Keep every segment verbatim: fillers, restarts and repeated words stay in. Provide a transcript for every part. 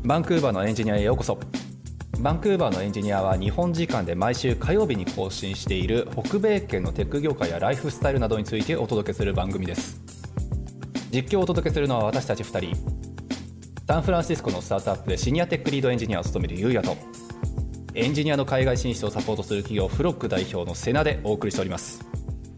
バンクーバーのエンジニアへようこそ。バンクーバーのエンジニアは日本時間で毎週火曜日に更新している北米圏のテック業界やライフスタイルなどについてお届けする番組です。実況をお届けするのは私たちふたり。サンフランシスコのスタートアップでシニアテックリードエンジニアを務めるゆうやと、エンジニアの海外進出をサポートする企業フロック代表のセナでお送りしております。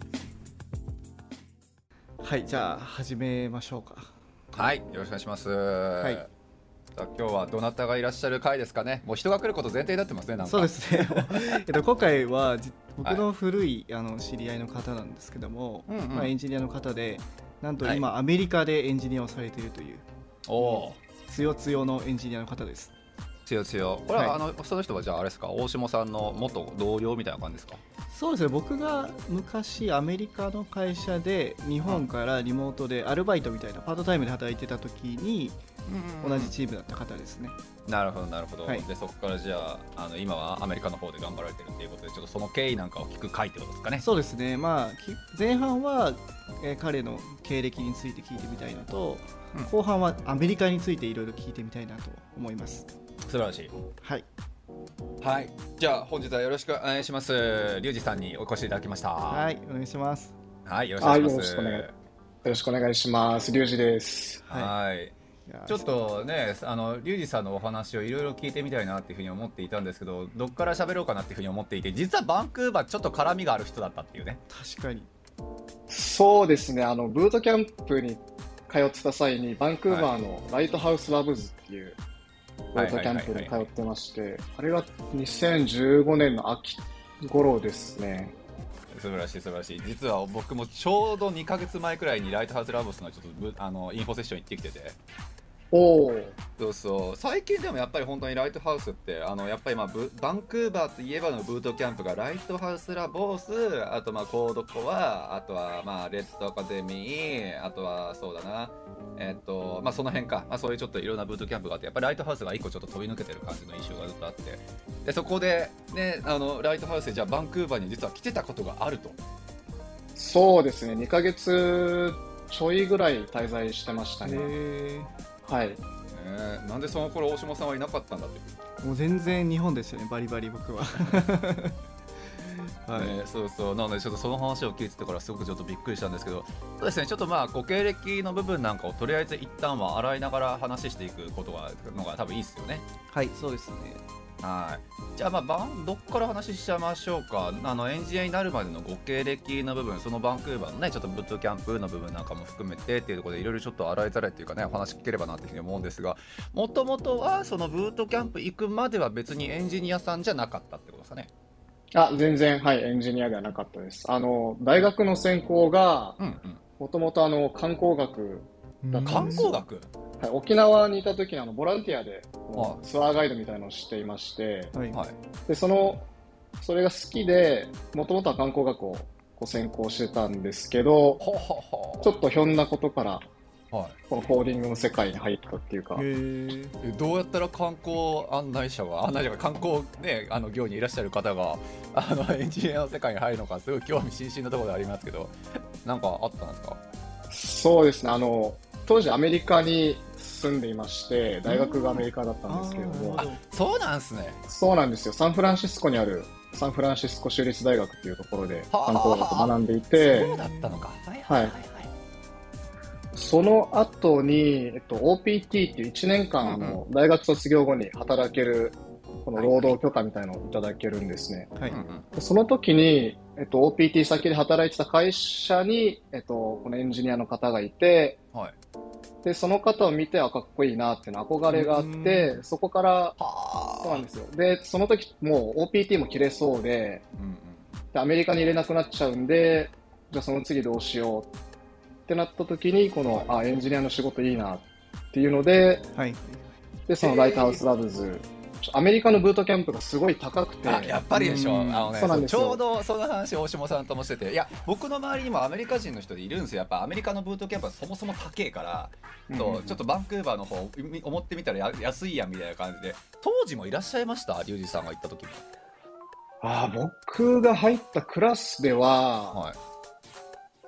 はい、じゃあ始めましょうか。 はい、よろしくお願いします。 はい、 さあ今日はどなたがいらっしゃる回ですかね。もう人が来ること前提になってますね。なんかそうですねえっと今回は僕の古い、はい、あの知り合いの方なんですけども、うんうん、まあ、エンジニアの方でなんと今、はい、アメリカでエンジニアをされているという、おつよつよのエンジニアの方です。 つよつよ、これは、はい、あのその人はじゃああれですか、大下さんの元同僚みたいな感じですか。 そうですね、僕が昔アメリカの会社で日本からリモートでアルバイトみたいなパートタイムで働いてた時に同じチームだった方ですね。 なるほどなるほど、はい、でそこからじゃあ、あの今はアメリカの方で頑張られてるっていうことで、ちょっとその経緯なんかを聞く回ってことですかね。 そうですね、まあ、前半は、えー、彼の経歴について聞いてみたいのと、うん、後半はアメリカについていろいろ聞いてみたいなと思います。 素晴らしい。 はいはい、じゃあ本日はよろしくお願いします。リュウジさんにお越しいただきました。 はい、お願いします。 はい、よろしくお願いします。 よろしくお願い、よろしくお願いします。リュウジです。 はい、はい、ちょっとね、あのリュウジさんのお話をいろいろ聞いてみたいなっていうふうに思っていたんですけど、どっから喋ろうかなっていうふうに思っていて、実はバンクーバーちょっと絡みがある人だったっていうね。 確かにそうですね、あのブートキャンプに通ってた際にバンクーバーのライトハウスラブズっていう、はい、ブートキャンプに通ってまして、あれがにせんじゅうごねんの秋頃ですね。 素晴らしい素晴らしい。実は僕もちょうどにかげつまえくらいにライトハウスラブスのちょっとあのインフォセッション行ってきてて、 おそうそう、最近でもやっぱり本当にライトハウスってあのやっぱりまあブバンクーバーといえばのブートキャンプがライトハウスラボース、あとまあコードコア、あとはまあレッドアカデミー、あとはそうだな、えっとまあその辺か、まあ、そういうちょっといろんなブートキャンプがあって、やっぱりライトハウスがいっこちょっと飛び抜けてる感じの印象がずっとあって、でそこでね、あのライトハウスでじゃあバンクーバーに実は来てたことがあると。 そうですね、にかげつちょいぐらい滞在してましたね。へはい、 えー、なんでその頃大下さんはいなかったんだって。 もう全然日本ですよね、バリバリ僕ははい、ね、そうそう、なのでちょっとその話を聞いてたからすごくちょっとびっくりしたんですけど、そうですね、ちょっとまあご経歴の部分なんかをとりあえず一旦は洗いながら話していくことがのが多分いいですよね。 はい、そうですね。 はい、じゃあまあどっから話しちゃいましょうか。あのエンジニアになるまでのご経歴の部分、そのバンクーバーのねちょっとブートキャンプの部分なんかも含めてっていうところでいろいろちょっと洗いざらいっていうかねお話聞ければなっていうふうに思うんですが、もともとはそのブートキャンプ行くまでは別にエンジニアさんじゃなかったってことですかね。 あ、全然、はい、エンジニアではなかったです。あの大学の専攻がもともとあの観光学だったんですよ。 観光学、 はい、沖縄にいた時にあのボランティアでツアーガイドみたいなのをしていまして、はい、でそのそれが好きで、もともとは観光学をこう専攻してたんですけど、ちょっとひょんなことから、はい、このコーディングの世界に入ったっていうか。 へどうやったら観光案内者が案内者が観光、ね、あの業にいらっしゃる方があのエンジニアの世界に入るのかすごい興味津々なところでありますけど、なんかあったんですか。 そうですね、あの当時アメリカに住んでいまして、大学がアメリカだったんですけれども、 あ、そうなんですね。 そうなんですよ。サンフランシスコにあるサンフランシスコ州立大学っていうところで観光学を学んでいて、 そうだったのか。はいはいはい、その後に、えっと、オーピーティー っていういちねんかん、うんうん、あの大学卒業後に働けるこの労働許可みたいなのをいただけるんですね。はいはい、その時に、えっと、オーピーティー 先で働いてた会社に、えっと、このエンジニアの方がいて、はい、でその方を見て、あ、かっこいいなっていうの憧れがあって、そこから、そうなんですよ。で、その時もう オーピーティー も切れそうで、うんうん、でアメリカに入れなくなっちゃうんで、じゃあその次どうしようってなった時に、この、あ、エンジニアの仕事いいなっていうので、はい、でそのライトハウスラブズ、アメリカのブートキャンプがすごい高くて、 あ、やっぱりでしょ。あのね、 そうなんですよ。 ちょうどその話大下さんともしてて、いや僕の周りにもアメリカ人の人でいるんですよ。やっぱアメリカのブートキャンプはそもそも高いから、うん、とちょっとバンクーバーの方思ってみたらや安いやんみたいな感じで、当時もいらっしゃいました、リュウジさんが行った時も。 あ、僕が入ったクラスでは、はい、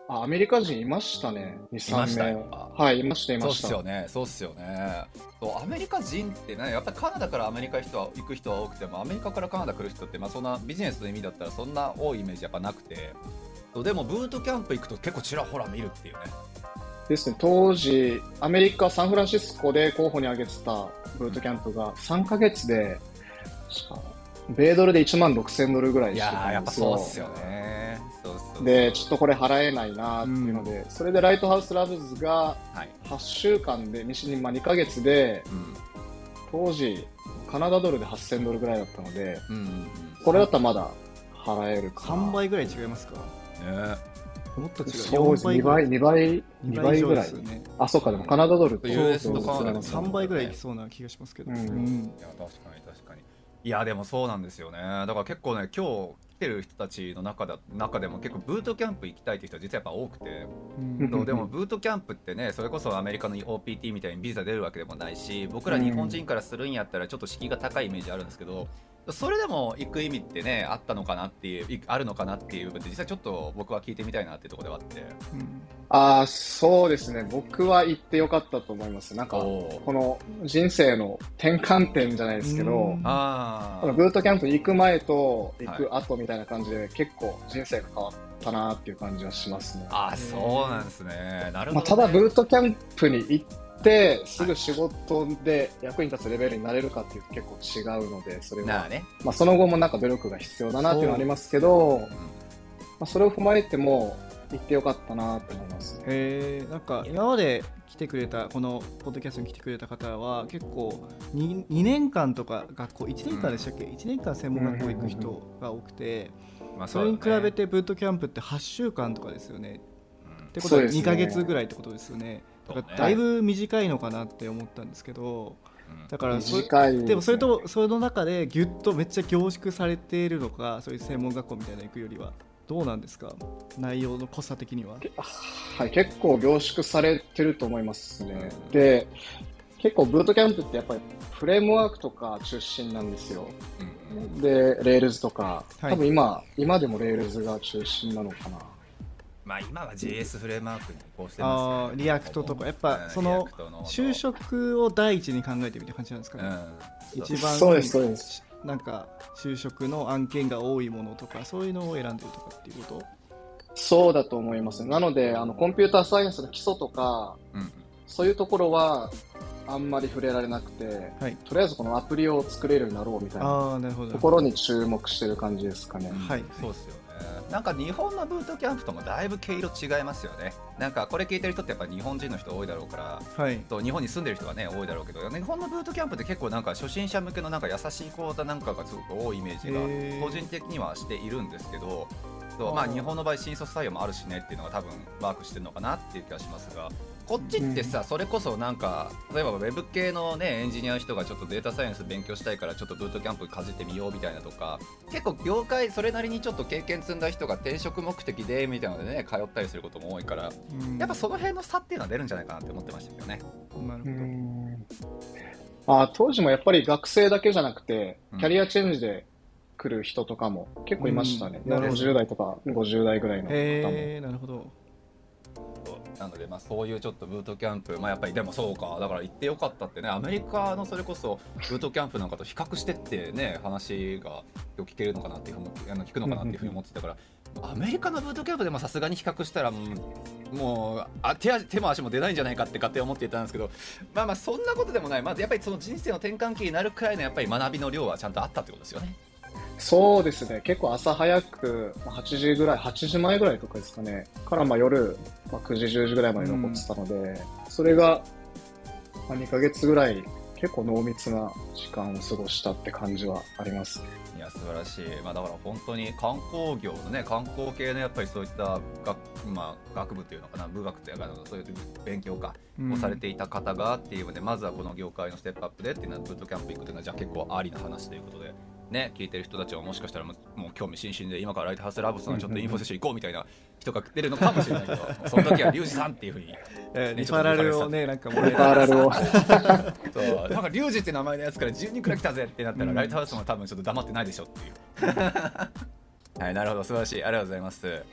あ、アメリカ人いましたね、に、さんめい。はい、いました、いました。 そうっすよね、そうっすよね。そうアメリカ人ってね、やっぱりカナダからアメリカ人は行く人は多くても、アメリカからカナダ来る人って、まあ、そんなビジネスの意味だったらそんな多いイメージやっぱなくて、そうでもブートキャンプ行くと結構ちらほら見るっていうね。 ですね、当時、アメリカ・サンフランシスコで候補に挙げてたブートキャンプがさんかげつで、米ドルでいちまんろくせんドルぐらいしてたんですよ。 いやー、やっぱそうっすよね。そうそうそうで、ちょっとこれ払えないなっていうので、うん、それでライトハウスラブズがはっしゅうかんで、まあ、にかげつで、うん、当時、カナダドルではっせんドルぐらいだったので、うんうんうん、これだったらまだ払えるかな。 さんばいぐらい違いますかね。もっと違う。 そうです。にばい、にばい、にばいぐらい。ね、あ、そうか、でもカナダドルって。 さんばいぐらいいきそうな気がしますけど。うんうん、 いや、確かに確かに。いや、でもそうなんですよね。だから結構ね、今日来てる人たちの中で中でも結構ブートキャンプ行きたいって人は実はやっぱ多くて、うん、でもブートキャンプってね、それこそアメリカの オーピーティー みたいにビザ出るわけでもないし、僕ら日本人からするんやったらちょっと敷居が高いイメージあるんですけど、それでも行く意味ってね、あったのかなっていうあるのかなっていう部分で実際ちょっと僕は聞いてみたいなっていうところではあって、 うん、ああ、そうですね、僕は行ってよかったと思います。なんかこの人生の転換点じゃないですけど、あブートキャンプ行く前と行く後みたいな感じで、はい、結構人生が変わったなっていう感じはしますね。 ああ、そうなんですね。なるほどね。 まあ、ただブートキャンプに行ってですぐ仕事で役に立つレベルになれるかっていうと結構違うので、それは、ね、まあ、その後もなんか努力が必要だなっていうのはありますけど、そ,、うんまあ、それを踏まえても行ってよかったなと思いますね。 へー、なんか今まで来てくれたこのポッドキャストに来てくれた方は結構 2, にねんかんとか学校いちねんかんでしたっけ、うん、いちねんかん専門学校行く人が多くて、まあ そ, ね、それに比べてブートキャンプってはっしゅうかんとかですよね、うん、ってことはにかげつぐらいってことですよね。だからだいぶ短いのかなって思ったんですけど、だからそれ、ね、でもそれとその中でギュッとめっちゃ凝縮されているのか、そういう専門学校みたいなの行くよりはどうなんですか、内容の濃さ的には。 はい、結構凝縮されてると思いますね。で、結構ブートキャンプってやっぱりフレームワークとか中心なんですよ。で、レールズとか、多分今、はい、今でもレールズが中心なのかな。 まあ、今は ジェイエス フレームワークに移行してますね。あ、リアクトとかやっぱその就職を第一に考えてみた感じなんですかね、うん、一番そうですそうです。 なんか就職の案件が多いものとかそういうのを選んでるとかっていうこと。 そうだと思います。なのであのコンピューターサイエンスの基礎とか、うん、そういうところはあんまり触れられなくて、はい、とりあえずこのアプリを作れるようになろうみたいなところに注目してる感じですかね。 はい、そうですよね。なんか日本のブートキャンプともだいぶ毛色違いますよね。なんかこれ聞いてる人ってやっぱ日本人の人多いだろうから、はい、と日本に住んでる人がね多いだろうけど、日本のブートキャンプって結構なんか初心者向けのなんか優しい講座なんかがすごく多いイメージが個人的にはしているんですけど、とまあ日本の場合新卒採用もあるしねっていうのが多分ワークしてるのかなっていう気がしますが、こっちってさ、それこそなんか例えばウェブ系のねエンジニアの人がちょっとデータサイエンス勉強したいからちょっとブートキャンプかじってみようみたいなとか、結構業界それなりにちょっと経験積んだ人が転職目的でみたいなのでね通ったりすることも多いから、やっぱその辺の差っていうのは出るんじゃないかなって思ってましたけどね。 なるほど。うんあ、当時もやっぱり学生だけじゃなくてキャリアチェンジで来る人とかも結構いましたね。うん、ごじゅう代とかごじゅう代ぐらいの方も。 へー、なるほど。 なのでまあそういうちょっとブートキャンプ、まあやっぱりでもそうか、だから行ってよかったってね、アメリカのそれこそブートキャンプなんかと比較してってね話が今日聞けるのかなっていうふうにあの聞くのかなっていうふうに思ってたから、アメリカのブートキャンプでもさすがに比較したらもうあ 手, 手も足も出ないんじゃないかって勝手に思っていたんですけど、まあまあそんなことでもない。まずやっぱりその人生の転換期になるくらいのやっぱり学びの量はちゃんとあったってことですよね。 そうですね、結構朝早くはちじぐらい、はちじまえぐらいとかですかねからまあ夜、まあ、くじじゅうじぐらいまで残ってたので、うん、それがまあにかげつぐらい結構濃密な時間を過ごしたって感じはありますね。 いや素晴らしい。まあ、だから本当に観光業のね、観光系のやっぱりそういった学、まあ、学部というのかな、部学っていうかそういう勉強かをされていた方がっていうので、うん、まずはこの業界のステップアップでっていうのはブートキャンプ行くというのはじゃあ結構ありな話ということで。ね、聞いてる人たちはもしかしたらもう興味津々で今からライトハウスラブスのちょっとインフォセッション行こうみたいな人が出るのかもしれないけどその時はリュウジさんっていうふうに、 ね、リファラルをねなんかもリファラルをそうなんかリュウジって名前のやつからじゅうにんくらい来たぜってなったら、うん、ライトハウスも多分ちょっと黙ってないでしょっていうはい、なるほど、素晴らしい、ありがとうございます。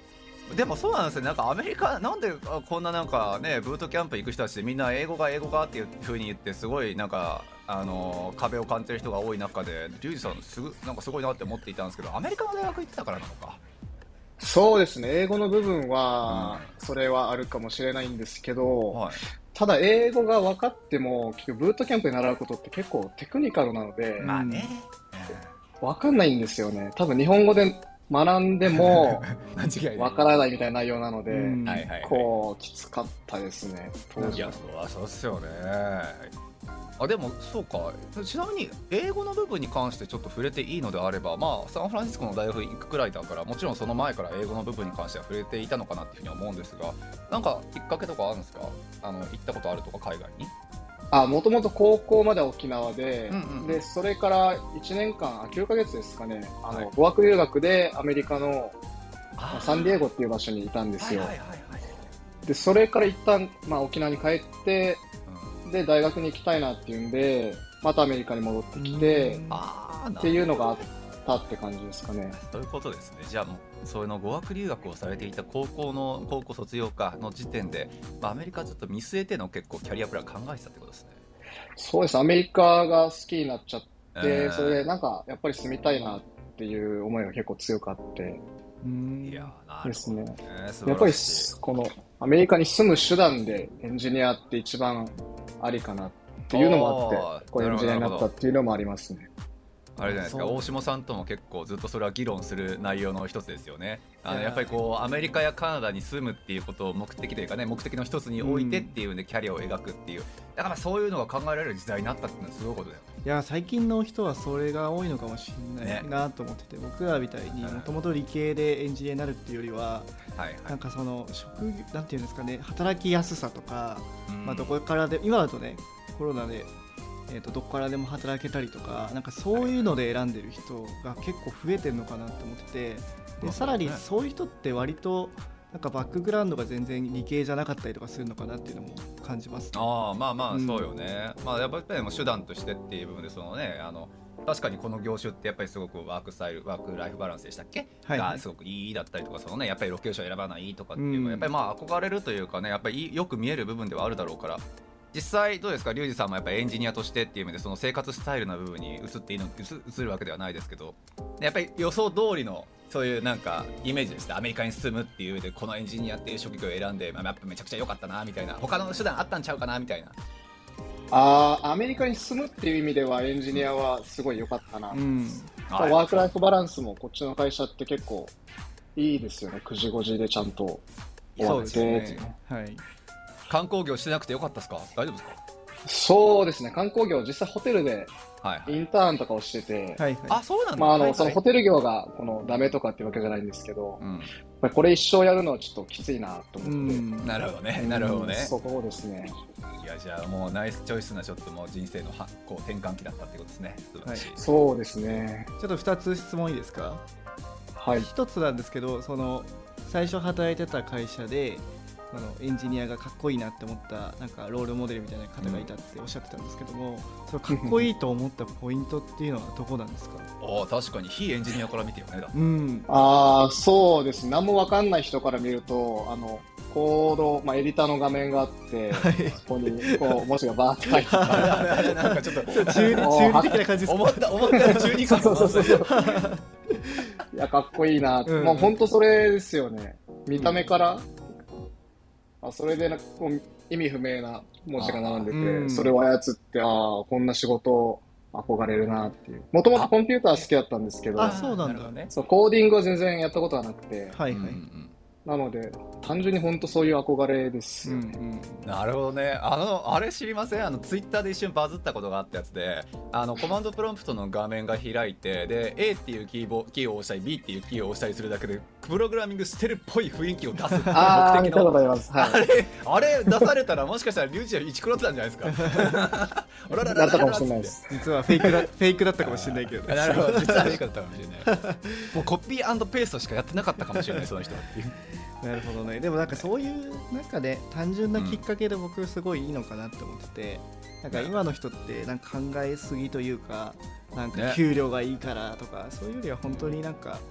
でもそうなんですよ、なんかアメリカなんでこんななんかねブートキャンプ行く人たちでみんな英語が英語がっていう風に言ってすごいなんかあの壁を感じてる人が多い中でリュウジさんすぐなんかすごいなって思っていたんですけど、アメリカの大学行ってたからなのか。 そうですね、英語の部分はそれはあるかもしれないんですけど、うんはい、ただ英語が分かっても結局ブートキャンプで習うことって結構テクニカルなので、 まあね、 分かんないんですよね。多分日本語で学んでも分からないみたいな内容なので、こうきつかったですね当時。 いやそうですよね。あでもそうか、ちなみに英語の部分に関してちょっと触れていいのであれば、まあサンフランシスコの大学行くくらいだからもちろんその前から英語の部分に関しては触れていたのかなっていうふうに思うんですが、なんかきっかけとかあるんですか？あの行ったことあるとか海外に？ あ、もともと高校までは沖縄で、うんうん、でそれからいちねんかん、きゅうかげつですかね、あの、はい、語学留学でアメリカのサンディエゴっていう場所にいたんですよ。でそれから一旦、まあ、沖縄に帰って、うん、で大学に行きたいなっていうんでまたアメリカに戻ってきてっていうのがあったって感じですかね。 そういうことですね。じゃあもうそういうの語学留学をされていた高校の高校卒業科の時点で、まあ、アメリカちょっと見据えての結構キャリアプラン考えてたってことですね。 そうです。アメリカが好きになっちゃって、えー、それでなんかやっぱり住みたいなっていう思いが結構強くあっていやなるほどね、 ですね。やっぱりこのアメリカに住む手段でエンジニアって一番ありかなっていうのもあって、こうエンジニアになったっていうのもありますね。 あれじゃないですか、大下さんとも結構ずっとそれは議論する内容の一つですよね。あのやっぱりこうアメリカやカナダに住むっていうことを目的というかね、目的の一つに置いてっていうんでキャリアを描くっていう、だからそういうのが考えられる時代になったっていうのはすごいことだよ。 いや最近の人はそれが多いのかもしれないなと思ってて、ね、僕らみたいにもともと理系でエンジニアになるっていうよりは、はいはい、なんかその職業なんていうんですかね、働きやすさとか、まあ、どこからで今だとねコロナでえー、とどこからでも働けたりとか、なんかそういうので選んでる人が結構増えてるのかなと思ってて、でさらにそういう人って割となんかバックグラウンドが全然理系じゃなかったりとかするのかなっていうのも感じます、ね、 ああまあまあそうよね、うん、まあやっぱりも手段としてっていう部分でそのね、あの確かにこの業種ってやっぱりすごくワークスタイルワークライフバランスでしたっけ、はいはい、がすごくいいだったりとか、そのねやっぱりロケーション選ばないとかっていうのはやっぱりまあ憧れるというかね、やっぱりよく見える部分ではあるだろうから、実際どうですか、リュウジさんもやっぱエンジニアとしてっていう意味でその生活スタイルな部分に移っていいの移るわけではないですけど、やっぱり予想通りのそういうなんかイメージですね。アメリカに住むっていう上でこのエンジニアっていう職業を選んで、まあ、やっぱめちゃくちゃ良かったなみたいな、他の手段あったんちゃうかなみたいな。 あアメリカに住むっていう意味ではエンジニアはすごい良かったな、うん、ワークライフバランスもこっちの会社って結構いいですよね。くじごじでちゃんと終わって、そうですね、 はい、 観光業してなくてよかったですか？大丈夫ですか？ そうですね、観光業実際ホテルでインターンとかをしてて、はいはい、 あそうなんだ、 まああの、はいはい、そのホテル業がこのダメとかっていうわけじゃないんですけど、うん、やっぱりこれ一生やるのはちょっときついなと思って、うん、 なるほどね、なるほどね、 そこですね。 いやじゃあもうナイスチョイスなちょっともう人生のはこう転換期だったってことですね。 はい、そうですね。 ちょっとふたつ質問いいですか？ はい。 ひとつなんですけど、その最初働いてた会社であのエンジニアがかっこいいなって思ったなんかロールモデルみたいな方がいたっておっしゃってたんですけども、うん、そのかっこいいと思ったポイントっていうのはどこなんですか？ ああ確かに非エンジニアから見てよねだ、 うん、ああそうですね。何も分かんない人から見るとあのコード、まあ、エディターの画面があって、はい、そこにこう文字がバーって書いてあるなんかちょっと中二的な感じですか？ 思った思ったより中二感そうそうそうそういやかっこいいな、うん、もう本当それですよね。見た目から、うん、あそれでこう意味不明な文字が並んでて、うん、それを操ってああこんな仕事憧れるなっていう。もともとコンピューター好きだったんですけど、 あそうなんだね。 そうコーディングは全然やったことはなくて、 はいはい、うんうんなので単純に本当そういう憧れですよね、うんうん、なるほどね。あのあれ知りません？あのツイッターで一瞬バズったことがあったやつで、あのコマンドプロンプトの画面が開いてで A っていうキーボキーを押したり B っていうキーを押したりするだけでプログラミングしてるっぽい雰囲気を出すっていう目的のあ見たことあります、はい、 あれあれ出されたらもしかしたらリュウジは一クロってたんじゃないですか？ なったかもしれないです。 実はフェイクだフェイクだったかもしれないけど、ね、 なるほど実はフェイクだったかもしれないもうコピー&ペーストしかやってなかったかもしれないその人はっていうなるほどね。でもなんかそういう中で単純なきっかけで僕すごいいいのかなって思ってて、なんか今の人ってなんか考えすぎというか、なんか給料がいいからとかそういうよりは本当になんか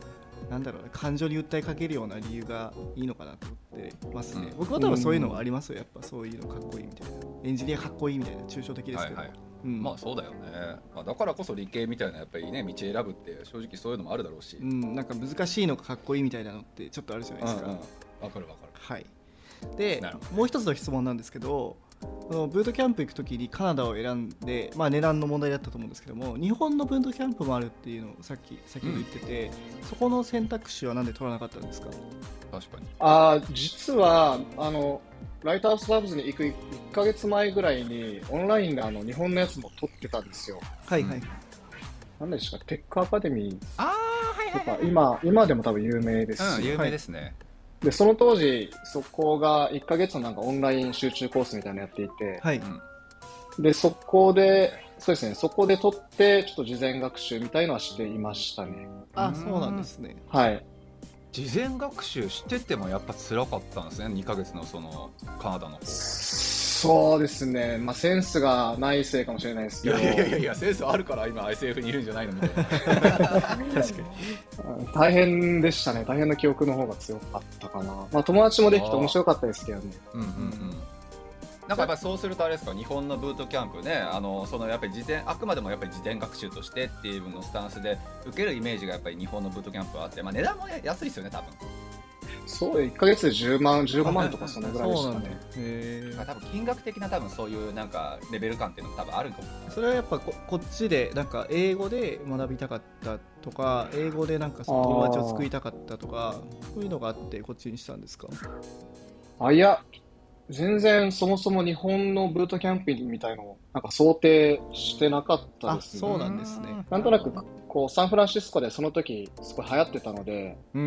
なんだろうね、感情に訴えかけるような理由がいいのかなと思ってますね、うん、僕は多分そういうのがありますよ、やっぱそういうのかっこいいみたいな、エンジニアかっこいいみたいな、抽象的ですけど、はいはい、 うん、まあそうだよね、まあ、だからこそ理系みたいなやっぱりね道選ぶって正直そういうのもあるだろうし、 うん、なんか難しいのかかっこいいみたいなのってちょっとあるじゃないですか。わ、 うんうん、かるわかる。 はい。でもう一つの質問なんですけど、このブートキャンプ行くときにカナダを選んで、まあ、値段の問題だったと思うんですけども、日本のブートキャンプもあるっていうのをさっき先ほど言ってて、うん、そこの選択肢はなんで取らなかったんですか？ 確かに。 あ、実はあのライトハウスラブズに行くいっかげつまえぐらいにオンラインであの日本のやつも撮ってたんですよ。 はいはい。 何でしたか、テックアカデミーとか、 あ、はいはいはい、 今今でもでも有名ですし、 うん、有名ですね。 でその当時そこがいっかげつのなんかオンライン集中コースみたいなのやっていて、 はい、 でそこでそうですね、そこで撮ってちょっと事前学習みたいのはしていましたね。 あ、そうなんですね。 はい。 事前学習しててもやっぱ辛かったんですね、にかげつのそのカナダの方。 そうですね、まあ、センスがないせいかもしれないですけど、 いやいやいやいや、センスあるから今 エスエフ にいるんじゃないのみたいな確かに大変でしたね、大変な記憶の方が強かったかな。まあ、友達もできて面白かったですけどね。 うんうんうん、なんかやっぱりそうするとあれですか、日本のブートキャンプね、あのそのやっぱり事前、あくまでもやっぱり事前学習としてっていうのスタンスで受けるイメージがやっぱり日本のブートキャンプはあって、まあ、値段も安いですよね多分。 そう、いっかげつでじゅうまんじゅうごまんとかそのぐらいでしたね。 へ多分金額的な多分そういうなんかレベル感っていうのが多分あると思う。 それはやっぱ こ, こっちでなんか英語で学びたかったとか、英語でなんかその友達を作りたかったとか、そういうのがあってこっちにしたんですか？ あ、いや全然そもそも日本のブートキャンプみたいのをなんか想定してなかったですね。 あ、そうなんですね。 なんとなくこうサンフランシスコでその時すごい流行ってたので、 うん、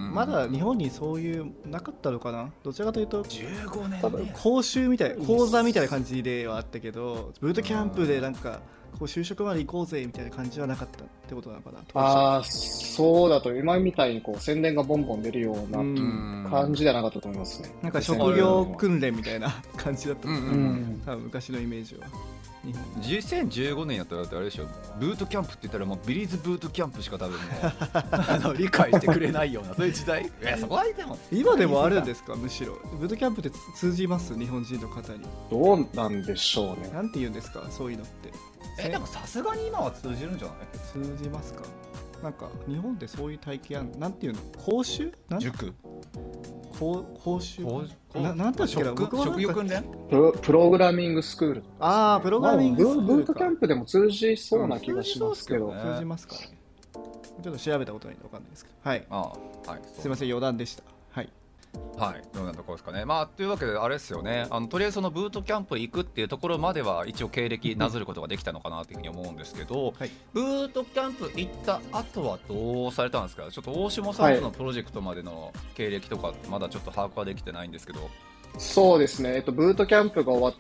まだ日本にそういうなかったのかな。どちらかというとじゅうごねん多分講習みたいな講座みたいな感じではあったけど、ブートキャンプでなんかこう就職まで行こうぜみたいな感じはなかったってことなのかな。 ああ、そうだと今みたいにこう宣伝がボンボン出るような感じではなかったと思いますね。 なんか職業訓練みたいな感じだったと思う、 うんうん、 多分昔のイメージは。 にせんじゅうごねんやったらあれでしょ、ブートキャンプって言ったらもうビリーズブートキャンプしか多分もうあの理解してくれないようなそういう時代。いや、そこはでも今でもあるんですか？むしろブートキャンプって通じます？日本人の方にどうなんでしょうね。 なんて言うんですかそういうのって。 えでもさすがに今は通じるんじゃない？ 通じますか？なんか日本でそういう体験ある、なんていうの、講習？なん塾？ 講講習？ ななんだっけな、 僕は職業訓練？ プロ、プログラミングスクール。 ああ、プログラミングスクールか。 ブートキャンプでも通じそうな気がしますけど。 うん、通じますかね。ちょっと調べたことないんで分かんないですけど。はい。 ああ、はい。 すいません、余談でした。はい。 はい、どうなところですかね。まあ、というわけであれですよね、あのとりあえずそのブートキャンプ行くっていうところまでは一応経歴なぞることができたのかなというふうに思うんですけど、はい、ブートキャンプ行った後はどうされたんですか？ちょっと大下さんとのプロジェクトまでの経歴とかまだちょっと把握はできてないんですけど。 そうですね、えっと、ブートキャンプが終わって、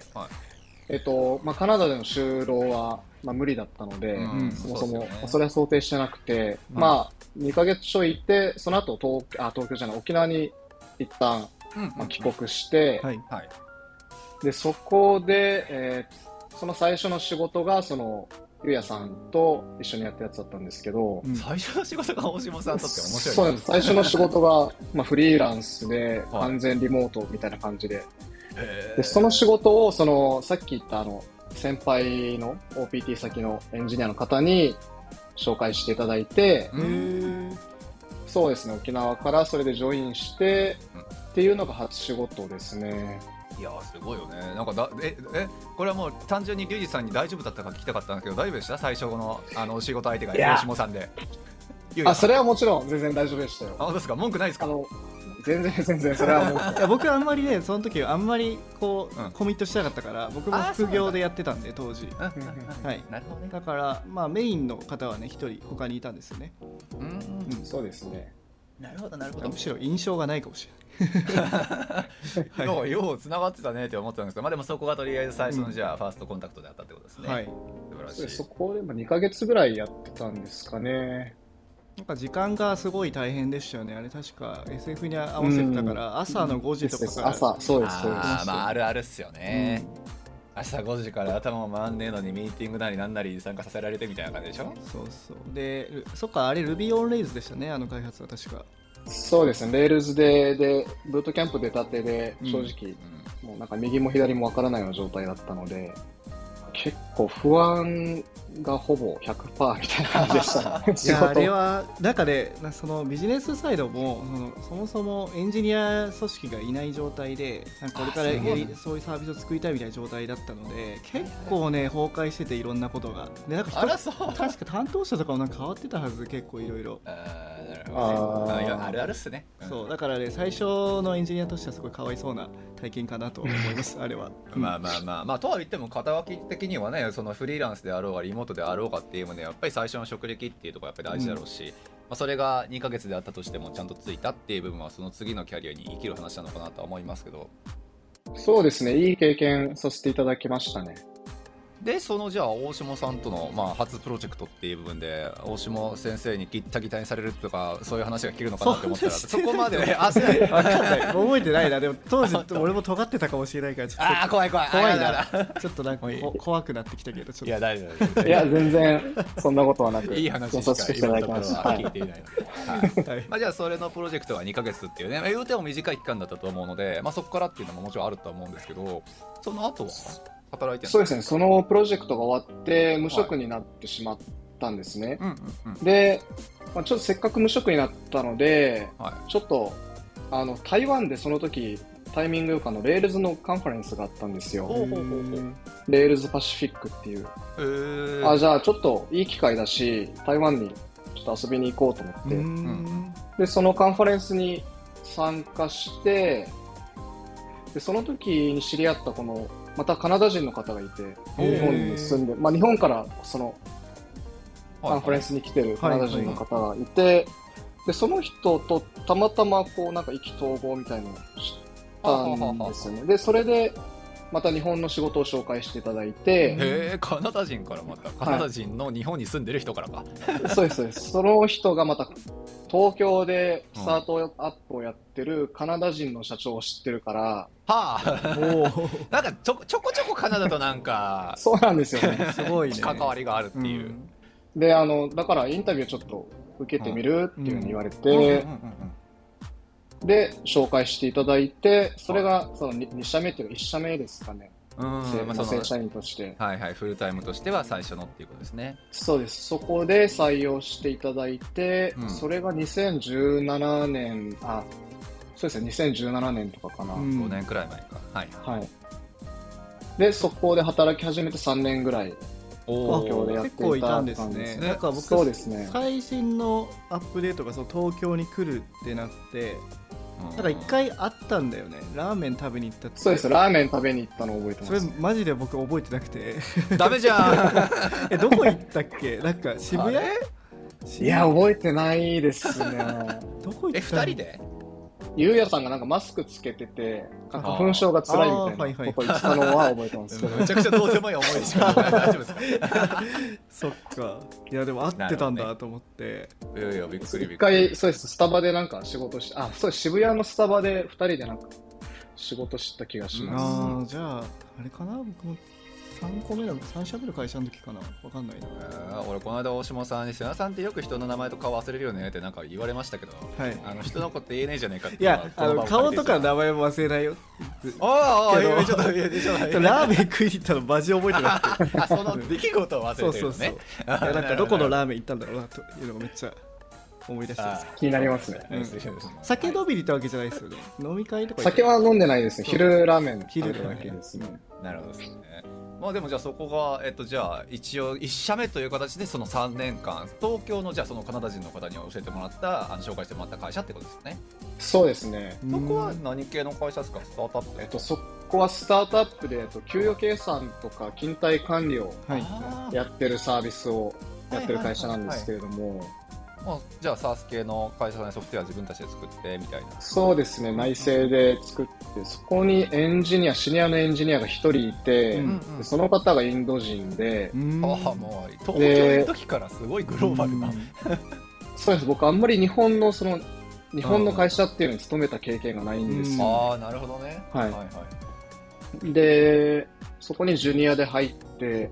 はい、えっとまあ、カナダでの就労は、まあ、無理だったので、うん、そもそも そ,、ね、それは想定してなくて、うん、まあにかげつちょい行って、その後東あ東京じゃない沖縄に一旦、うんまあ、帰国して、はい、でそこで、えー、その最初の仕事がそのゆうやさんと一緒にやったやつだったんですけど、 うん、最初の仕事が大島さんとって面白い、ね、 そうなんです。最初の仕事が、まあ、フリーランスで完全リモートみたいな感じで、はい、でその仕事をそのさっき言ったあの先輩の オーピーティー 先のエンジニアの方に紹介していただいて、 へー、 そうですね、沖縄からそれでジョインして、うん、っていうのが初仕事ですね。 いやーすごいよね。なんかだええこれはもう単純にリュウジさんに大丈夫だったか聞きたかったんだけど、大丈夫でした？最初のあの仕事相手が大下さんで。 あ、それはもちろん全然大丈夫でしたよ。 あ、本当ですか？文句ないですか？ あの全然全然それはもういや僕はあんまりね、その時はあんまりこう、うん、コミットしたかったから、僕も副業でやってたんで当時、はい、なるほどね。だからまあメインの方はね一人他にいたんですよね。 うん、うん、そうですね。 なるほどなるほど。 むしろ印象がないかもしれないようようつながってたねって思ってたんですけど、まあでもそこがとりあえず最初のじゃあ、うん、ファーストコンタクトであったってことですね。はい。 素晴らしい。そこでもにかげつぐらいやってたんですかね。 なんか時間がすごい大変でしたよね。あれ確か エスエフ に合わせてたから、うん、朝のごじとかから、 朝そうですそうです。 あまああるあるっすよね。 朝ごじから頭も回んねえのにミーティングなりなんなり参加させられてみたいな感じでしょ。 そうそうでそっかあれ Ruby on Rails でしたね、あの開発は確か。 そうですね、Rails ででブートキャンプ出たてで正直、うん、もうなんか右も左もわからないような状態だったので結構不安がほぼ ひゃくパーセント みたいな感じでしたいやあれはなんかね、そのビジネスサイドもそのそもそもエンジニア組織がいない状態でなんかこれからやりそういうサービスを作りたいみたいな状態だったので結構ね崩壊してていろんなことがでなんかあらそう確か担当者とかもなんか変わってたはず、結構いろいろ。 あーなるほどね、あいやあるあるっすね、 うん、そうだからね最初のエンジニアとしてはすごいかわいそうな体験かなと思いますあれは。 まあまあまあまあとは言っても肩書き的にはね、そのフリーランスであろうがリモートであろうがっていうのでやっぱり最初の職歴っていうところやっぱり大事だろうし、うんまあ、それがにかげつであったとしてもちゃんとついたっていう部分はその次のキャリアに生きる話なのかなとは思いますけど。 そうですね、いい経験させていただきましたね。 でそのじゃあ大下さんとの、まあ、初プロジェクトっていう部分で大下先生にギッタギタにされるとかそういう話が聞けるのかなって思ったらそこまでねあ分かんない覚えてないな。でも当時俺も尖ってたかもしれないからちょっとあ怖い怖い怖いなちょっとなんか怖くなってきたけどちょっといや大丈夫いや全然そんなことはなくいい話しか今のところは聞いていないので、はいまあ、じゃあそれのプロジェクトがにかげつっていうね言うても短い期間だったと思うので、まあ、そこからっていうのももちろんあると思うんですけどその後は働いてる。 そうですね、そのプロジェクトが終わって無職になってしまったんですね、はいうんうんうん、で、まあ、ちょっとせっかく無職になったので、はい、ちょっとあの台湾でその時タイミングよくあのレールズのカンファレンスがあったんですよ。レールズパシフィックっていう、えー、あじゃあちょっといい機会だし台湾にちょっと遊びに行こうと思って、うん、でそのカンファレンスに参加してでその時に知り合ったこのまたカナダ人の方がいて日本に住んで、まあ、日本からそのカンファレンスに来てるカナダ人の方がいて、はいはい、でその人とたまたまこうなんか意気投合みたいなのをしたんですよね。でそれでまた日本の仕事を紹介していただいて、 へーカナダ人からまたカナダ人の日本に住んでる人からか、はい、 そうですそうです。その人がまた東京でスタートアップをやってるカナダ人の社長を知ってるから、はあ、もうなんかちょちょこちょこカナダとなんかそうなんですよねすごいね関わりがあるっていう、うん、 であのだからインタビューちょっと受けてみるっていうふうに言われて、で紹介していただいてそれがその に, に社目っていうかいち社目ですかね。うんまあ、正社員としてはいはいフルタイムとしては最初のっていうことですね。 そうです。そこで採用していただいて、うん、それがにせんじゅうななねんあそうですねにせんじゅうななねんとかかな、 うん、ごねんくらい前かはい、 はい、でそこで働き始めてさんねんぐらい東京でやっていた結構いたんですね。なんか僕そうですね最新のアップデートがその東京に来るってなってなんか一回あったんだよね。ラーメン食べに行ったって。 そうです。ラーメン食べに行ったのを覚えてます。 それマジで僕覚えてなくてダメじゃんえどこ行ったっけ。なんか渋谷。 いや覚えてないですねどこ行ったえふたりでゆうやさんがなんかマスクつけてて花粉症が辛いみたいなこと言ってたのは覚えてますけど、 めちゃくちゃどうでもいい思い出しかない大丈夫ですかそっかいやでも会ってたんだと思って、 ね、いやいやびっくりびっくり。 一回そうですスタバでなんか仕事しあそう渋谷のスタバでふたりでなんか仕事した気がします。 ああじゃああれかな僕もさんこめのさん社目の会社の時かなわかんないな、 えー、俺この間大下さんに瀬名さんってよく人の名前と顔忘れるよねってなんか言われましたけど、はい、あの人の子って言えねえじゃねえかっていやあの顔とか名前も忘れないよああいやちょっといやちょっとラーメン食いに行ったのマジ覚えてなくてあその出来事を忘れてるのね。そうそうそういやなんかどこのラーメン行ったんだろうなというのがめっちゃ思い出してます。 気になりますね、 うん、酒飲みに行ったわけじゃないですよね。飲み会とか酒は飲んでないですね。昼ラーメン食べるだけですね。 なるほどですね。まあでもじゃあそこが、えっと、じゃあ一応いち社目という形でそのさんねんかん東京のじゃあそのカナダ人の方に教えてもらったあの紹介してもらった会社ってことですよね。 そうですね。 そこは何系の会社ですか。スタートアップ、 えっと、そこはスタートアップで、えっと、給与計算とか勤怠管理をやってるサービスをやってる会社なんですけれども、 まあ、じゃあ SaaS 系の会社のソフトウェア自分たちで作ってみたいな。 そうですね内製で作ってそこにエンジニアシニアのエンジニアがひとりいて、うんうん、その方がインド人で、 ああもう東京の時からすごいグローバルな、うん、 そうです。僕あんまり日本のその日本の会社っていうのに勤めた経験がないんですよ、ね、 ああなるほどね、 はいはいはい、でそこにジュニアで入って、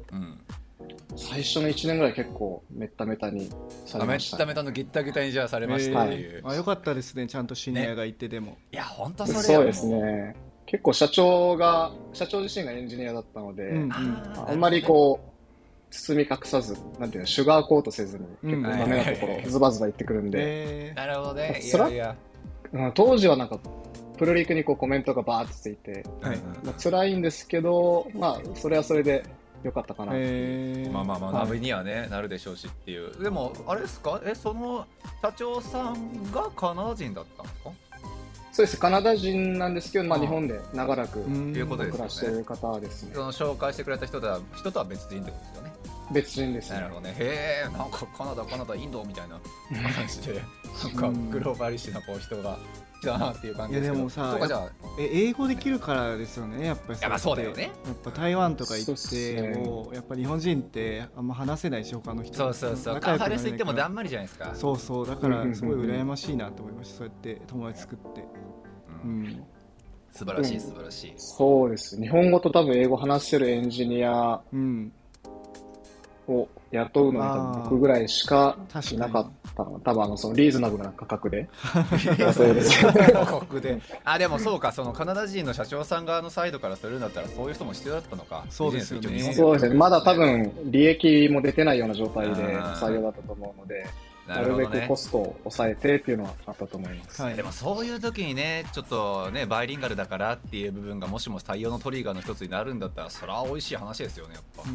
うん、 最初のいちねんぐらい結構メッタメタにされました、ね、 メッタメタのギッタギタにじゃあされましたっていう、 えー、あよかったですね、ちゃんとシニアがいてでも、ね、 いや本当それそうですね、結構社長が社長自身がエンジニアだったので、うんうん、あんまりこう包み隠さず、なんていうの、シュガーコートせずに、結構ダメなところ、ズバズバ言ってくるんで。 なるほどね。 いやいや当時はなんか、プルリクにこうコメントがバーってついて、はい、まあ、辛いんですけど、まあ、それはそれで良かったかな。 まあまあまあ、ナビにはね、なるでしょうしっていう。でも、あれですか、え、その社長さんがカナダ人だったんですか？ そうです、カナダ人なんですけど、まあ、日本で長らく暮らしている方ですね。 その紹介してくれた人とは、人とは別人ってことですよね。 別人ですね。 なるほどね。へえ、なんかカナダ、カナダ、インドみたいな感じで、なんかグローバリッシュなこう人が来たなっていう感じですけど。 いやでもさ、じゃあえ英語できるからですよね、やっぱり。 いやまあそうだよね。 やっぱ台湾とか行っても、やっぱ日本人ってあんま話せないし、他の人。 そうそうそう。カンファレンス行ってもだんまりじゃないですか。 そうそう、だからすごい羨ましいなと思いました。そうやって友達作って。 うん。素晴らしい素晴らしい。 そうです。日本語と多分英語話せるエンジニア。うん。を雇うのに多分僕ぐらいしかいなかったの。多分あのそのリーズナブルな価格で雇える価格で。あ、でもそうか、そのカナダ人の社長さん側のサイドからするんだったらそういう人も必要だったのか。 そうですよね。 そうですね。まだ多分利益も出てないような状態で採用だったと思うので、なるべくコストを抑えてっていうのはあったと思います。 はい、でもそういう時にね、ちょっとねバイリンガルだからっていう部分がもしも採用のトリガーの一つになるんだったら、それは美味しい話ですよね、やっぱ。うん、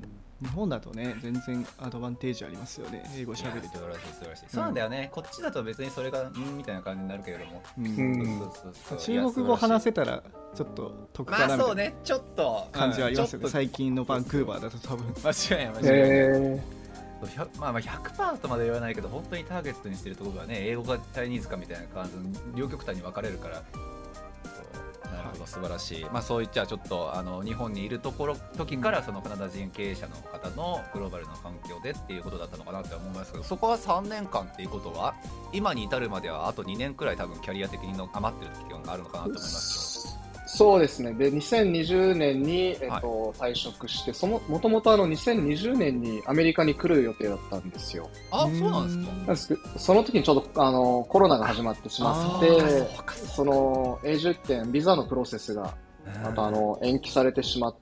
日本だとね全然アドバンテージありますよね、英語しゃべりと。 素晴らしい素晴らしい、うん、そうなんだよね。こっちだと別にそれがんみたいな感じになるけれども、うん、 中国語話せたらちょっと得かなみたいな感じはありますよね、最近のバンクーバーだと多分。 間違いない間違いない、えーまあ、まあ ひゃくパーセント とまで言わないけど、本当にターゲットにしてるところがね、英語がチャイニーズかみたいな感じの両極端に分かれるから。なるほど、素晴らしい。まあそういっちゃちょっとあの日本にいるところ時からそのカナダ人経営者の方のグローバルな環境でっていうことだったのかなって思いますけど、そこはさんねんかんっていうことは今に至るまではあとにねんくらい多分キャリア的にの余ってる期間があるのかなと思いますけど。 そうですね。で、にせんにじゅうねんに、えっと、はい、退職して、その、もともとあの、にせんにじゅうねんにアメリカに来る予定だったんですよ。 あ、そうなんですか。なんですけど、 その時にちょうど、あの、コロナが始まってしまって、その、永住権、ビザのプロセスが、またあの、延期されてしまって、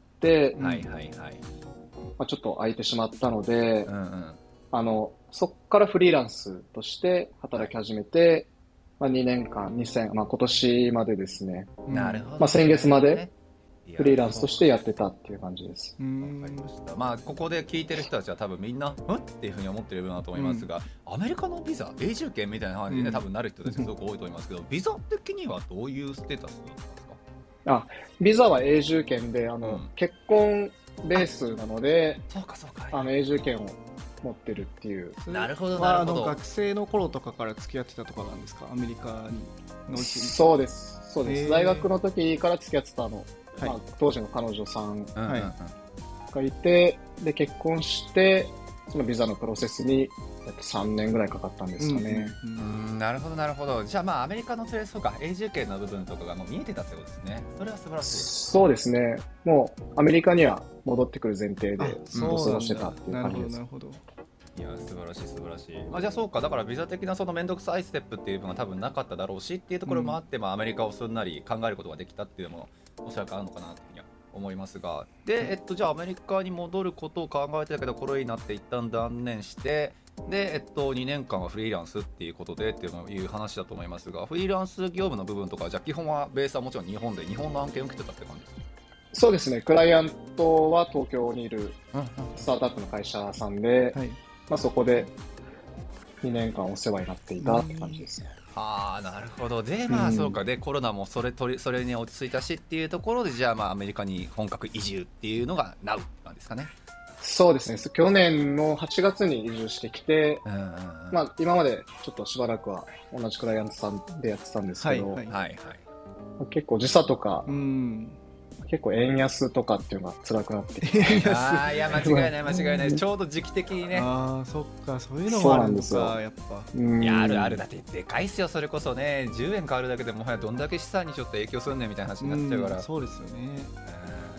はいはいはい。 まあ、ちょっと空いてしまったので、うんうん、あの、そこからフリーランスとして働き始めて、まあ、にねんかん、にせん、まあ、今年までですね。 なるほど、ね。 まあ、先月までフリーランスとしてやってたっていう感じです。 わかりました。まあ、ここで聞いてる人たちは多分みんな、んっていうふうに思ってるなと思いますが、うん、アメリカのビザ、永住権みたいな感じでね、うん、多分なる人たちすごく多いと思いますけど、ビザ的にはどういうステータスなんですか？ あ、ビザは永住権で、あの、うん、結婚ベースなので、 そうかそうか。 あの永住権を持ってるっていう。 なるほどなるほど。 あの学生の頃とかから付き合ってたとかなんですか、アメリカのうちに。 そうですそうです。大学の時から付き合ってたの、はい、まあ、当時の彼女さんがいて、で結婚してそのビザのプロセスにさんねんぐらいかかったんですかね。 うんうんうん、なるほどなるほど。じゃあまあアメリカのそれそうか永住権の部分とかがもう見えてたってことですね。それは素晴らしい。 そうですね。もうアメリカには戻ってくる前提で過ごしてたっていう感じです。 なるほどなるほど。 いや素晴らしい素晴らしい。あ、じゃあそうか、だからビザ的なその面倒くさいステップっていうのは多分なかっただろうしっていうところもあって、うん、まあアメリカをすんなり考えることができたっていうのもおそらくあるのかなというふうには思いますが、で、えっと、じゃあアメリカに戻ることを考えてたけどコロナになって一旦断念して、で、えっと、にねんかんはフリーランスっていうことでっていう話だと思いますが、フリーランス業務の部分とかじゃあ基本はベースはもちろん日本で日本の案件を受けてたって感じですか？ そうですね。クライアントは東京にいるスタートアップの会社さんで、はい、まあ、そこでにねんかんお世話になっていたって感じですね。 ああ、なるほど。で、まあそうか、でコロナもそれとりそれに落ち着いたしっていうところで、じゃあまあアメリカに本格移住っていうのが ナウ なんですかね。 そうですね。去年のはちがつに移住してきて、うんうんうん、まあ今までちょっとしばらくは同じクライアントさんでやってたんですけど、はいはいはい、結構時差とか、うん、結構円安とかっていうのが辛くなってきて。 ああ、いや間違いない間違いない。ちょうど時期的にね。 ああ、そっか、そういうのもあるんですか、やっぱ。 いや、あるある。だってでかいっすよ。それこそね、じゅうえん変わるだけでもはやどんだけ資産にちょっと影響するねみたいな話になっちゃうから。 そうですよね。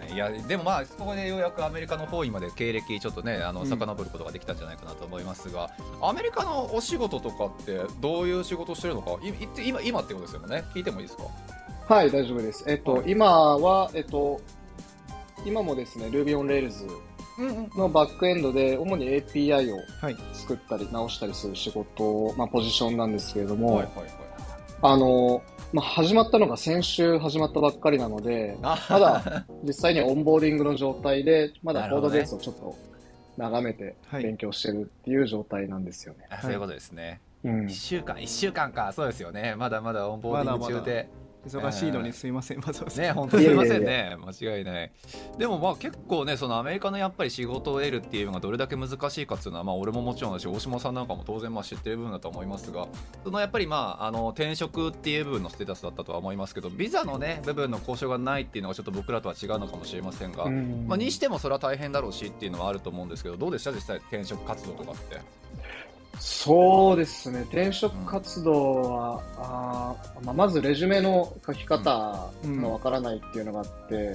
ね。いやでもまあそこでようやくアメリカの方位まで経歴ちょっとねあの遡ることができたんじゃないかなと思いますが、うん、アメリカのお仕事とかってどういう仕事してるのかい今今ってことですよね。聞いてもいいですか？ はい大丈夫です。えっと、はい、今はえっと今もですね Ruby on Rails のバックエンドで主に エーピーアイ を作ったり直したりする仕事、まあ、ポジションなんですけれども、はいはいはい、あのまあ、始まったのが先週始まったばっかりなので、まだ実際にオンボーディングの状態で、まだコードベースをちょっと眺めて勉強してるっていう状態なんですよね。 はい、そういうことですね。 うん、 いっしゅうかん、いっしゅうかんか、そうですよね。まだまだオンボーディング中で。まだまだ忙しいのにすいません、まずね、本当にすいませんね、間違いない。でもまあ結構ね、そのアメリカのやっぱり仕事を得るっていうのがどれだけ難しいかっていうのは、まあ俺ももちろんだし、大島さんなんかも当然まあ知ってる部分だと思いますが、そのやっぱりまああの転職っていう部分のステータスだったとは思いますけど、ビザのね部分の交渉がないっていうのがちょっと僕らとは違うのかもしれませんが、まあにしてもそれは大変だろうしっていうのはあると思うんですけど、どうでした実際転職活動とかって？ そうですね、転職活動は、うん、あまあ、まずレジュメの書き方がわからないっていうのがあって、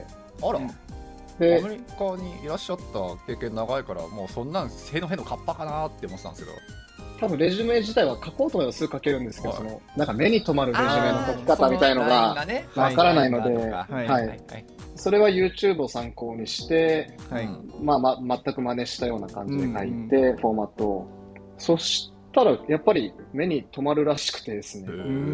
うん、あら、でアメリカにいらっしゃった経験長いから、もうそんなんへのへのカッパかなって思ってたんですけど、 多分レジュメ自体は書こうと思えばすぐ書けるんですけど、そのなんか目に留まるレジュメの書き方みたいのがわからないので、はいはい、それは YouTube を参考にして、はい、まあま全く真似したような感じで書いて、うん、フォーマットを。そしたらやっぱり目に留まるらしくてですね。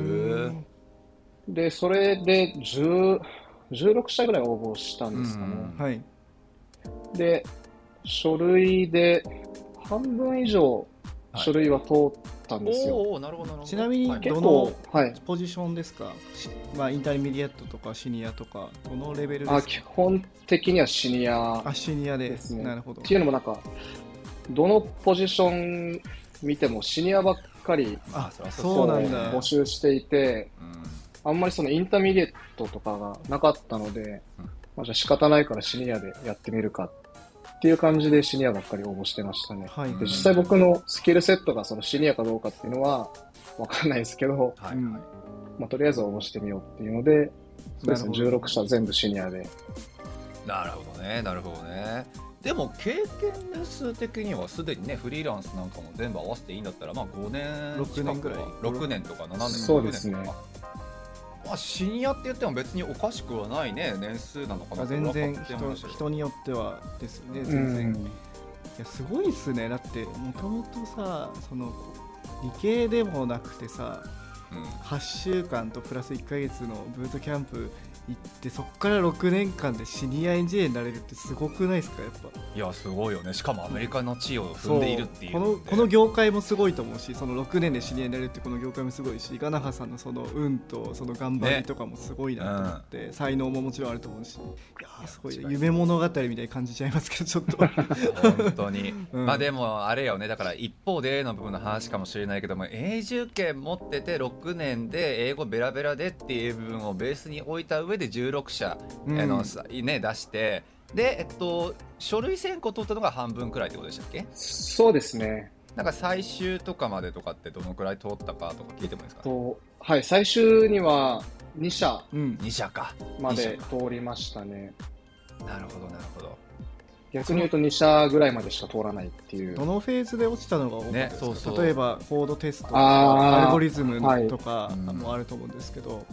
でそれでじゅう、じゅうろくしゃぐらい応募したんですかね。はい、で書類で半分以上書類は通ったんですよ。 おー、なるほどなるほど。 ちなみにどのポジションですか？はい、まあ、インターミディアットとかシニアとかどのレベルですか？ あ、基本的にはシニアですね。 あ、シニアですね。なるほど。 っていうのもなんかどのポジション見てもシニアばっかり募集していて、あんまりそのインターミディエットとかがなかったので、まあ、じゃあ仕方ないからシニアでやってみるかっていう感じでシニアばっかり応募してましたね。はい、で実際僕のスキルセットがそのシニアかどうかっていうのはわかんないですけど、はい、まあ、とりあえず応募してみようっていうので、そうですね、じゅうろくしゃ全部シニアで。 なるほどね、なるほどね。でも経験年数的にはすでにねフリーランスなんかも全部合わせていいんだったら、まあごねんろくねんぐらいろくねんとかななねんとか、 そうですね、 まあ、シニアって言っても別におかしくはないね年数なのかな。 全然 人, 人によってはですね、全然、うん、いやすごいっすね。だってもともとさ、その理系でもなくてさ、うん、はっしゅうかんとプラスいっかげつのブートキャンプ行って、そこからろくねんかんでシニアエンジニアになれるってすごくないですか？やっぱいやすごいよね。しかもアメリカの地位を踏んでいるっていう、 このこの業界もすごいと思うし、そのろくねんでシニアになれるってこの業界もすごいし、ガナハさんのその運とその頑張りとかもすごいなと思って、ね、うん、才能ももちろんあると思うし、いやすごい夢物語みたいに感じちゃいますけど、ちょっと本当に、うん、まあでもあれよね、だから一方で A の部分の話かもしれないけども、永住権持っててろくねんで英語ベラベラでっていう部分をベースに置いた上でじゅうろくしゃ、うん、あのね、出して、で、えっと、書類選考取ったのが半分くらいってことでしたっけ？ そうですね。 なんか最終とかまでとかってどのくらい通ったかとか聞いてもいいですか？ と、はい、最終にはにしゃ、 うん、にしゃかまで通りましたね。 なるほどなるほど。 逆に言うとにしゃぐらいまでしか通らないっていう。 どのフェーズで落ちたのが多かったですか？ね、そうそう、例えばコードテストとかアルゴリズムとかもあると思うんですけど、はい、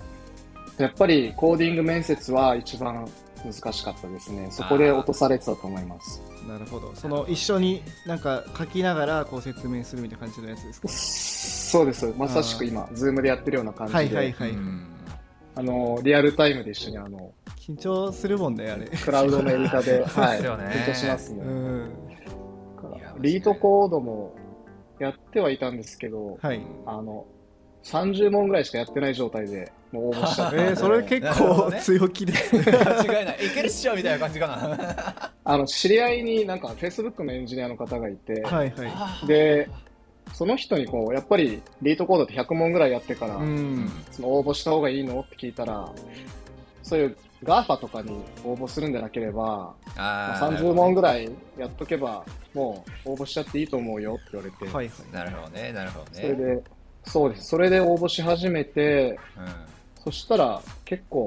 やっぱりコーディング面接は一番難しかったですね。そこで落とされてたと思います。 なるほど。その一緒になんか書きながらこう説明するみたいな感じのやつですか？ そうです。まさしく今ズームでやってるような感じで、はいはいはい、あのリアルタイムで一緒にあの緊張するもんね、あれ。 クラウドのエディタで、はい、緊張しますね。うん、リートコードもやってはいたんですけど、はい、あのさんじゅうもんぐらいしかやってない状態でもう応募した。 えー、それ結構強気ですね。 間違いない。いけるっしょみたいな感じかな。 あの知り合いになんか Facebook のエンジニアの方がいて、はいはい、でその人にこうやっぱりリートコードってひゃくもんぐらいやってから、うん、その応募した方がいいのって聞いたら、そういう ガーファ とかに応募するんでなければ、あ、まあ、さんじゅうもんぐらいやっとけばもう応募しちゃっていいと思うよって言われて、 はいはい、なるほどね、なるほどね。 それでそうです。それで応募し始めて、うん、そしたら結構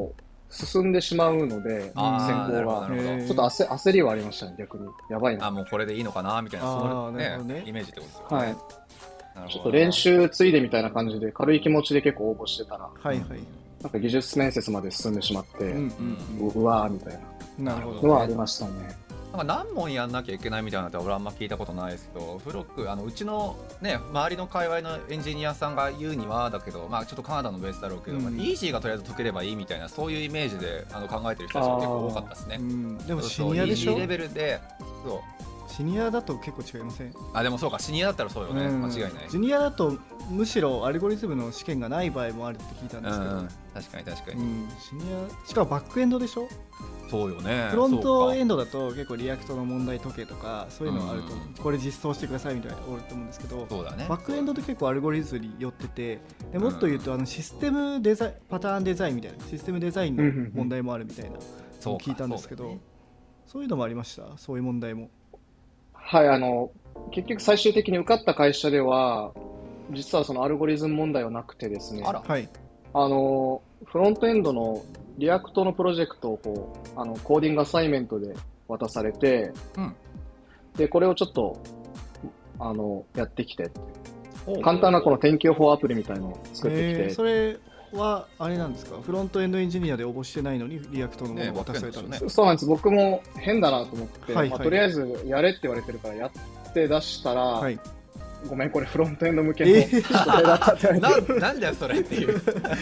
進んでしまうので、選考がちょっと焦焦りはありましたね。逆にやばいな。 あ、もうこれでいいのかなみたいな、そのね、ねイメージってことですよね。はい。 ちょっと練習ついでみたいな感じで軽い気持ちで結構応募してたら、はいはい。なんか技術面接まで進んでしまって、うんうんうん、うわーみたいなのはありましたね。 なんか何問やんなきゃいけないみたいなのって俺あんま聞いたことないですけど、フロックあのうちのね周りの界隈のエンジニアさんが言うにはだけど、まあちょっとカナダのベースだろうけど、うん、まあ、イージーがとりあえず解ければいいみたいなそういうイメージであの考えてる人たちが結構多かったですね。うん、 でもシニアでしょ。 イージーレベルで、そう。 シニアだと結構違いません？ あ、でもそうか、シニアだったらそうよね、うん、間違いない。 ジュニアだとむしろアルゴリズムの試験がない場合もあるって聞いたんですけど、うん、 確かに確かに、 うん、シニアしかもバックエンドでしょ。 そうよね。 フロントエンドだと結構リアクトの問題解けとかそういうのがあると、うん、これ実装してくださいみたいなのがあると思うんですけど、 そうだね、 バックエンドって結構アルゴリズムに寄ってて、でもっと言うとあのシステムデザイン、パターンデザインみたいなシステムデザインの問題もあるみたいなのを聞いたんですけど、そうね、そういうのもありました。そういう問題も。 はい、あの結局最終的に受かった会社では実はそのアルゴリズム問題はなくてですね、 あら、はい、 あのフロントエンドのリアクトのプロジェクトをこうあのコーディングアサイメントで渡されて、うん、でこれをちょっとあのやってきてって簡単なこの天気予報アプリみたいなのを作ってきて、 えー、それはあれなんですか、フロントエンドエンジニアで応募してないのにリアクトのものを渡されたんですか？ ね、そうなんです。僕も変だなと思って、はいはい、まあ、とりあえずやれって言われてるからやって出したら、はい、ごめんこれフロントエンド向けの宿題だったって言われて、 えー、な, なんだよそれっていう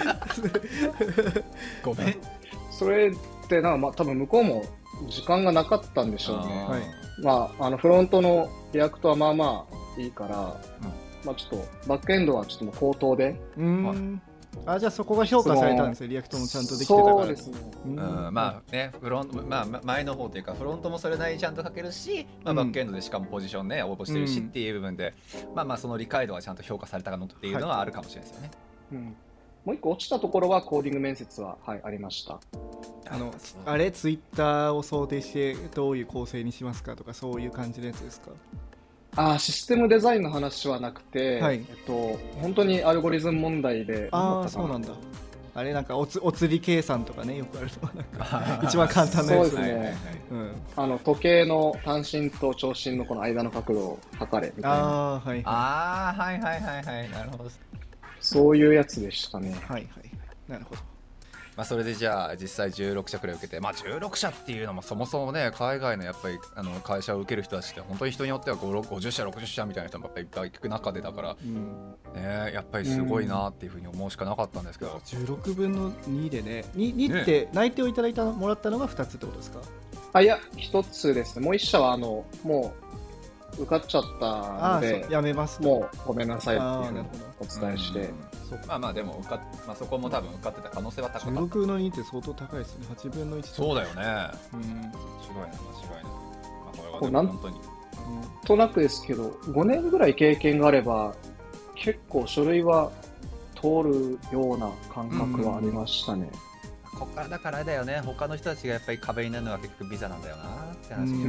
ごめん、 それってなんか、まあ、多分向こうも時間がなかったんでしょうね。はい、まあ、あのフロントのリアクトはまあまあいいから、うん、まあ、ちょっとバックエンドはちょっともう口頭で、 うーん、あ、じゃあそこが評価されたんですよ。リアクトもちゃんとできてたから。 そうですね。 うん、まあね、フロント、まあ前の方というかフロントもそれなりにちゃんと書けるし、まあ、バックエンドでしかもポジションね応募してるしっていう部分で、うん、まあまあその理解度はちゃんと評価されたかのっていうのはあるかもしれないですよね。 はい、うん、もう一個落ちたところはコーディング面接は、はい、ありました。 あのあれツイッターを想定してどういう構成にしますかとかそういう感じのやつですか？ あ、システムデザインの話はなくて、はい、えっと、本当にアルゴリズム問題で。 ああ、そうなんだ。あれなんか お, つお釣り計算とかね、よくあるのはなんか一番簡単なやつ。 そうですね、うん、あの時計の単針と長針のこの間の角度を測れみたいな。 あー、はい、 あー、はいはいはいはい、なるほど。 そういうやつでしたね。 はいはい、なるほど。 まあ、それでじゃあ実際じゅうろく社くらい受けて、まあ、じゅうろく社っていうのもそもそもね海外のやっぱりあの会社を受ける人たちって本当に人によってはごじゅっ社ろくじゅっ社みたいな人もやっぱりいっぱい聞く中でだから、うんね、やっぱりすごいなっていうふうに思うしかなかったんですけど、うん、 じゅうろくぶんのにでね 2, 2って内定をいただいたもらったのがふたつってことですか？ あ、いやひとつですね。もういっ社はあのもう受かっちゃったのでやめますもうごめんなさいっていうのをお伝えして、 まあまあでも受かっ、まあ、そこも多分受かってた可能性は高かった。じゅうろくのにって相当高いですね。はちぶんのいち。 そうだよね。うん、間違いない間違いない。まあ、これは本当にとなくですけどごねんぐらい経験があれば結構書類は通るような感覚はありましたね。 うん、ここからだからだよね、他の人たちがやっぱり壁になるのは結局ビザなんだよなって話に、 うん、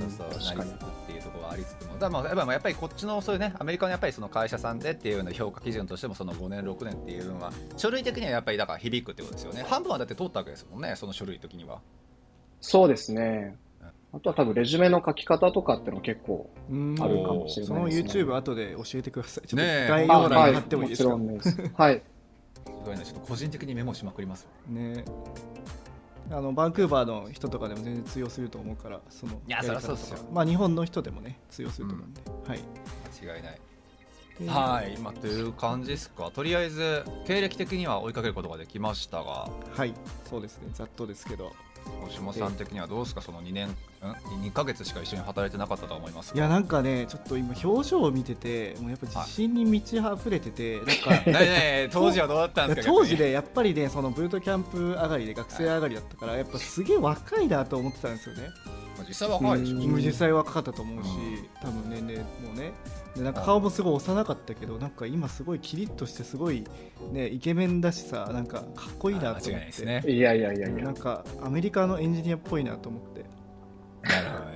そうそうなりつつっていうところはありつつも、だからやっぱりこっちのそういうねアメリカのやっぱりその会社さんでっていうような評価基準としてもそのごねんろくねんっていうのは書類的にはやっぱりだから響くってことですよね。半分はだって通ったわけですもんね、その書類的には。 そうですね。あとは多分レジュメの書き方とかっての結構あるかもしれないですね。 その YouTube 後で教えてください。ちょっと概要欄に貼ってもいいですか？ ね、もちろんです。はい。 すごいね、ちょっと個人的にメモしまくりますね。あのバンクーバーの人とかでも全然通用すると思うから、そのいや、そりゃそうですよ。 まあ日本の人でもね通用すると思うんで、うん、はい。 間違いない。はい、まあ、という感じですか。とりあえず経歴的には追いかけることができましたが、 はい、そうですね、ざっとですけど。 大島さん的にはどうですか、そのにねん、んにかげつしか一緒に働いてなかったと思いますが。 いや、なんかね、ちょっと今表情を見てて、もうやっぱ自信に満ち溢れてて、なんかねね当時はどうだったんですか？ 当時でやっぱりね、そのブートキャンプ上がりで学生上がりだったから、はい、やっぱすげえ若いなと思ってたんですよね。 実際若いでしょ。 実際若かったと思うし、多分年齢もね。でなんか顔もすごい幼かったけど、なんか今すごいキリッとしてすごいねイケメンだしさ、なんかかっこいいなと思って。 間違いないですね。 いやいやいやいや、 なんかアメリカのエンジニアっぽいなと思って。 なるほどね。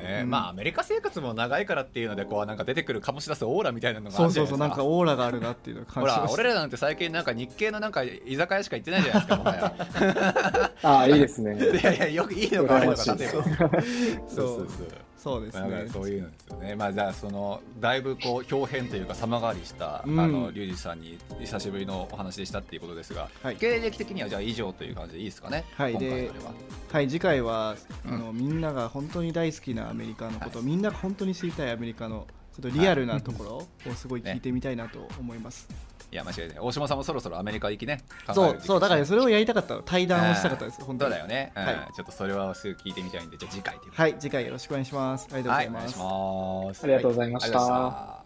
ね、うん、まあアメリカ生活も長いからっていうのでこうなんか出てくる醸し出すオーラみたいなのがあるじゃないですか。 そうそうそう、なんかオーラがあるなっていうのを感じました。 ほら俺らなんて最近なんか日系のなんか居酒屋しか行ってないじゃないですかもはやああいいですね。 いやいやよくいいのか悪いのか例えばそうそうそうそうですね。 そういうのですよね。まあじゃあそのだいぶこう表変というか様変わりした、うん、あのリュウジさんに久しぶりのお話でしたっていうことですが、はい、経歴的にはじゃあ以上という感じでいいですかね。 はい、 今回ではい、次回は、うん、あのみんなが本当に大好きなアメリカのこと、はい、みんなが本当に知りたいアメリカのちょっとリアルなところをすごい聞いてみたいなと思います。ね、 いや間違いない。大島さんもそろそろアメリカ行きね。 そうそう、だからそれをやりたかったの。対談をしたかったです。本当に。 そうだよね、うん、はい。ちょっとそれはすぐ聞いてみたいんで、じゃあ次回というはい、次回よろしくお願いします。ありがとうございます。 はい、お願いします。 ありがとうございました。